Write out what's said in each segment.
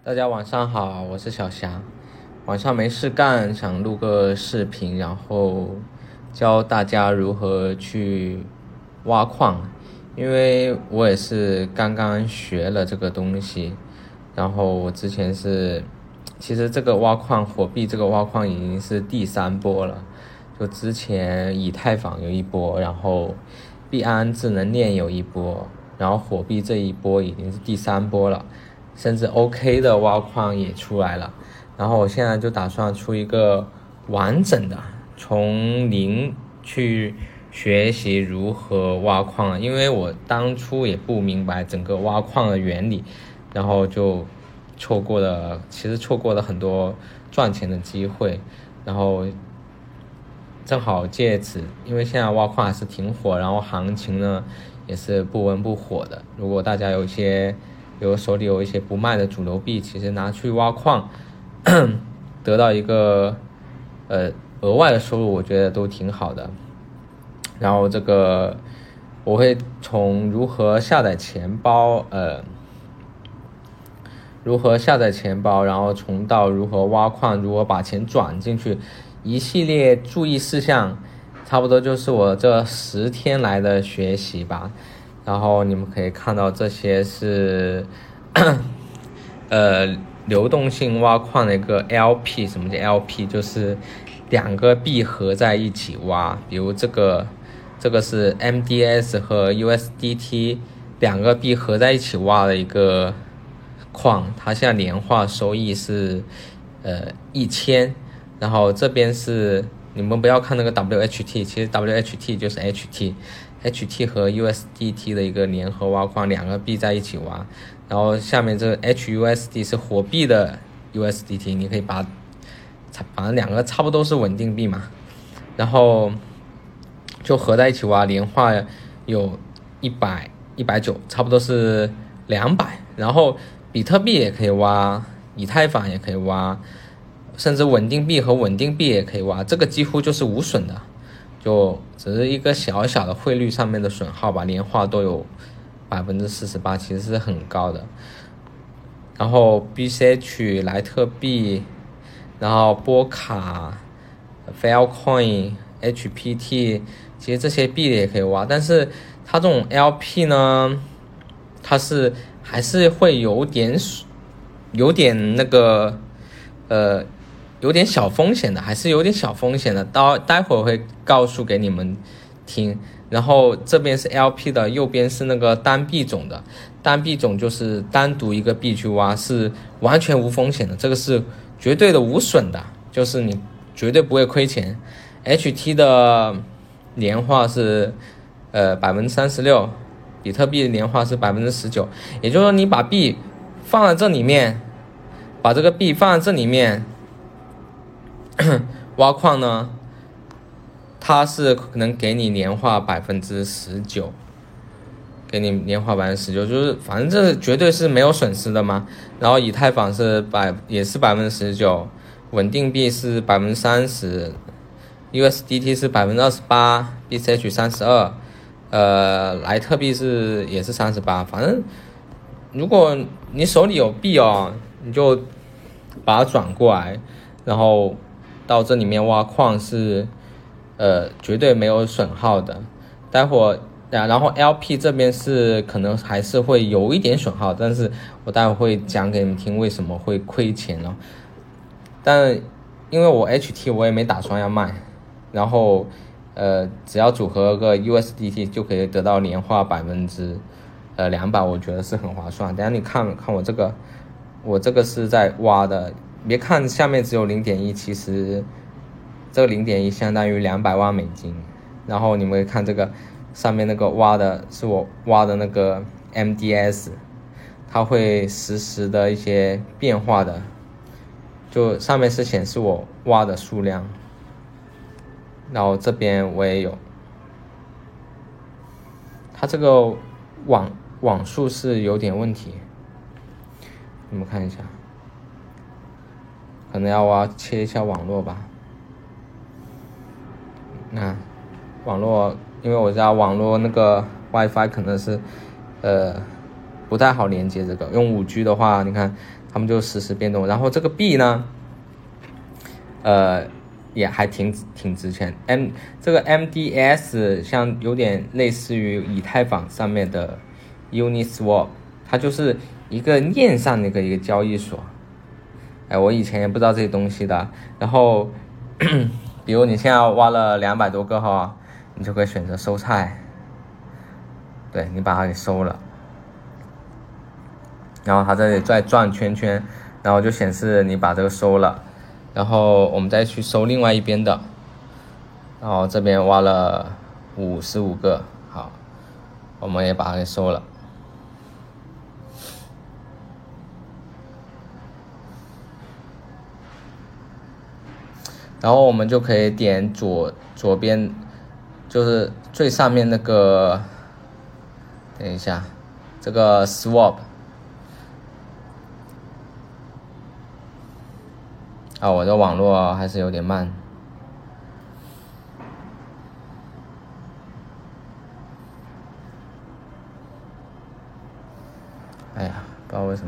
大家晚上好，我是小霞。晚上没事干，想录个视频，然后教大家如何去挖矿。因为我也是刚刚学了这个东西，然后我之前其实这个挖矿火币这个挖矿已经是第3波了。就之前以太坊有一波，然后币安智能链有一波，然后火币这一波已经是第3波了。甚至 OK 的挖矿也出来了，然后我现在就打算出一个完整的，从零去学习如何挖矿，因为我当初也不明白整个挖矿的原理，然后就其实错过了很多赚钱的机会，然后正好借此，因为现在挖矿还是挺火，然后行情呢也是不温不火的。如果大家手里有一些不卖的主流币，其实拿去挖矿得到一个额外的收入，我觉得都挺好的。然后我会从如何下载钱包，然后到如何挖矿，如何把钱转进去，一系列注意事项，差不多就是我这10天来的学习吧。然后你们可以看到这些是流动性挖矿的一个 LP。 什么叫 LP？ 就是2个币合在一起挖，比如这个是 MDS 和 USDT 2个币合在一起挖的一个矿，它现在年化收益是1000。然后这边是你们不要看那个 WHT， 其实 WHT 就是 HT 和 USDT 的一个联合挖矿，2个币在一起挖。然后下面这个 HUSD 是火币的 USDT， 你可以反正2个差不多是稳定币嘛，然后就合在一起挖，年化有100、190，差不多是200。然后比特币也可以挖，以太坊也可以挖，甚至稳定币和稳定币也可以挖，这个几乎就是无损的，就只是一个小小的汇率上面的损耗吧，年化都有48%，其实是很高的。然后 BCH 莱特币，然后波卡、Filecoin、HPT， 其实这些币也可以挖，但是它这种 LP 呢，它还是会有点有点小风险的，还是有点小风险的，待会儿会告诉给你们听。然后这边是 LP 的，右边是那个单币种的，单币种就是单独一个币去挖，是完全无风险的，这个是绝对的无损的，就是你绝对不会亏钱。HT 的年化是36%，比特币的年化是19%，也就是说你把币放在这里面，把这个币放在这里面挖矿呢，它是可能给你年化19%，给你年化19%，就是反正这绝对是没有损失的嘛。然后以太坊也是19%，稳定币是30%， USDT 是28%， BCH 32%，莱特币也是38%。反正如果你手里有币你就把它转过来，然后到这里面挖矿是绝对没有损耗的。待会儿然后 LP 这边是可能还是会有一点损耗，但是我待会儿会讲给你们听为什么会亏钱了。但因为我 HT 我也没打算要卖，然后只要组合个 USDT 就可以得到年化200%，我觉得是很划算。等一下你看我这个是在挖的，别看下面只有 0.1， 其实这个 0.1 相当于200万美金。然后你们可以看这个上面那个挖的是我挖的那个 MDS， 它会实时的一些变化的，就上面是显示我挖的数量，然后这边我也有，它这个网速是有点问题，你们看一下，可能要切一下网络吧。网络，因为我家网络那个 WiFi 可能是不太好连接这个。用5G 的话，你看他们就实时变动。然后这个币呢，也还挺值钱。这个 MDS 像有点类似于以太坊上面的 Uniswap， 它就是一个链上的一个交易所。我以前也不知道这些东西的。然后比如你现在挖了200多个哈，你就可以选择收菜，对，你把它给收了，然后它这里再转圈圈，然后就显示你把这个收了。然后我们再去收另外一边的，然后这边挖了55个，好，我们也把它给收了。然后我们就可以点左边，就是最上面那个，等一下，这个 swap。我的网络还是有点慢。哎呀，不知道为什么。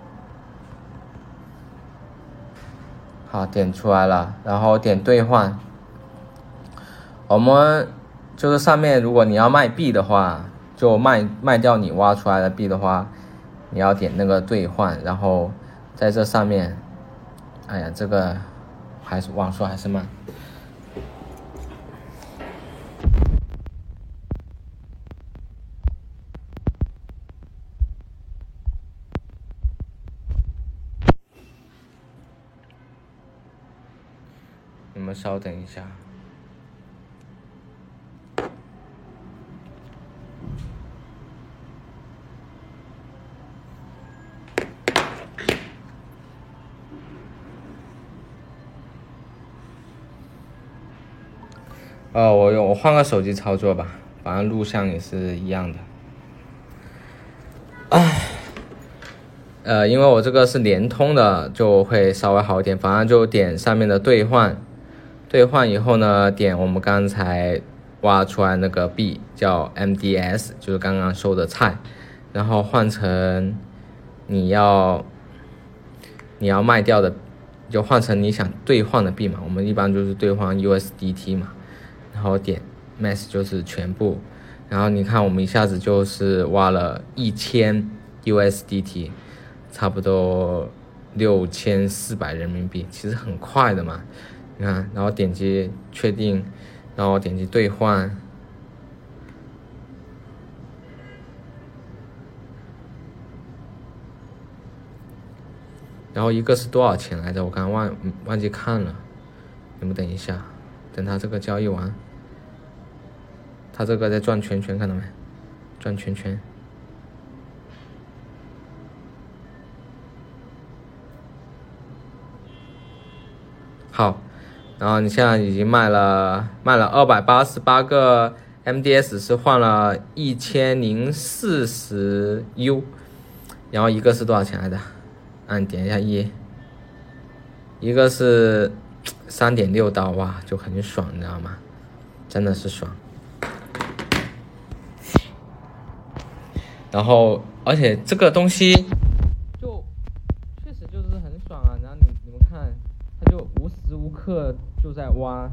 好，点出来了，然后点兑换。我们就是上面，如果你要卖币的话，就卖掉你挖出来的币的话，你要点那个兑换，然后在这上面。哎呀，这个还是网速还是慢。你们稍等一下。我换个手机操作吧，反正录像也是一样的。因为我这个是联通的，就会稍微好一点。反正就点上面的兑换，兑换以后呢，点我们刚才挖出来那个币叫 MDS， 就是刚刚收的菜，然后换成你要卖掉的，就换成你想兑换的币嘛。我们一般就是兑换 USDT 嘛。然后点 max 就是全部，然后你看我们一下子就是挖了1000 USDT， 差不多6400人民币，其实很快的嘛。你看，然后点击确定，然后点击兑换，然后一个是多少钱来着？我刚刚忘记看了，你们等一下，等它这个交易完。它这个在转圈圈，看到没？转圈圈。好，然后你现在已经卖了288个 MDS， 是换了1040 U， 然后一个是多少钱来的？你点一下一个是3.6刀，哇，就很爽，你知道吗？真的是爽。然后，而且这个东西就确实就是很爽啊。然后你们看，它就无时无刻就在挖，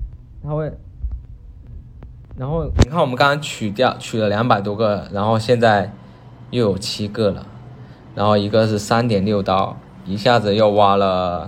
然后你看我们刚刚取了200多个，然后现在又有7个了，然后一个是3.6刀，一下子又挖了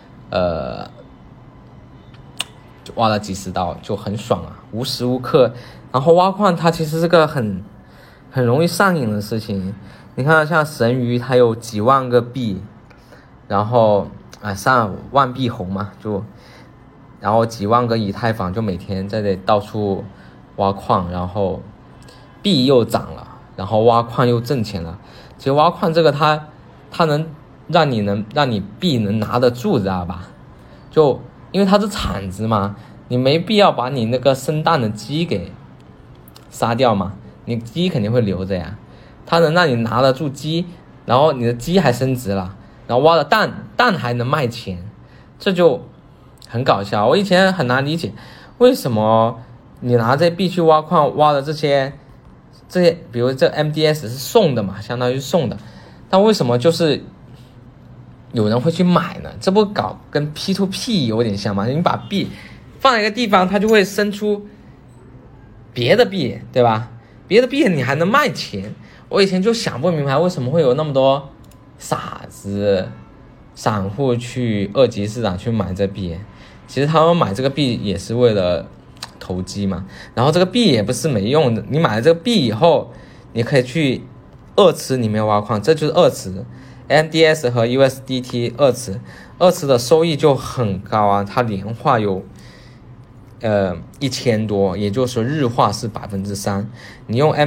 就挖了几十刀，就很爽啊，无时无刻。然后挖矿它其实是个很容易上瘾的事情。你看像神鱼，它有几万个币，然后上万币红嘛，然后几万个以太坊，就每天在这到处挖矿，然后币又涨了，然后挖矿又挣钱了。其实挖矿这个它能让你币能拿得住，知道吧？就因为它是铲子嘛，你没必要把你那个生蛋的鸡给杀掉嘛，你鸡肯定会留着呀。它能让你拿得住鸡，然后你的鸡还升值了，然后挖的蛋还能卖钱，这就很搞笑。我以前很难理解，为什么你拿这币去挖矿，挖的这些这些，比如这 MDS 是送的嘛，相当于送的，但为什么就是有人会去买呢？这不搞跟 P2P 有点像吗？你把币放在一个地方，它就会生出别的币，对吧？别的币你还能卖钱。我以前就想不明白，为什么会有那么多傻子散户去二级市场去买这币。其实他们买这个币也是为了投机嘛，然后这个币也不是没用的，你买了这个币以后，你可以去二池里面挖矿，这就是二池 MDS 和 USDT 二池的收益就很高啊，它年化有1000多，也就是说日化是3%，你用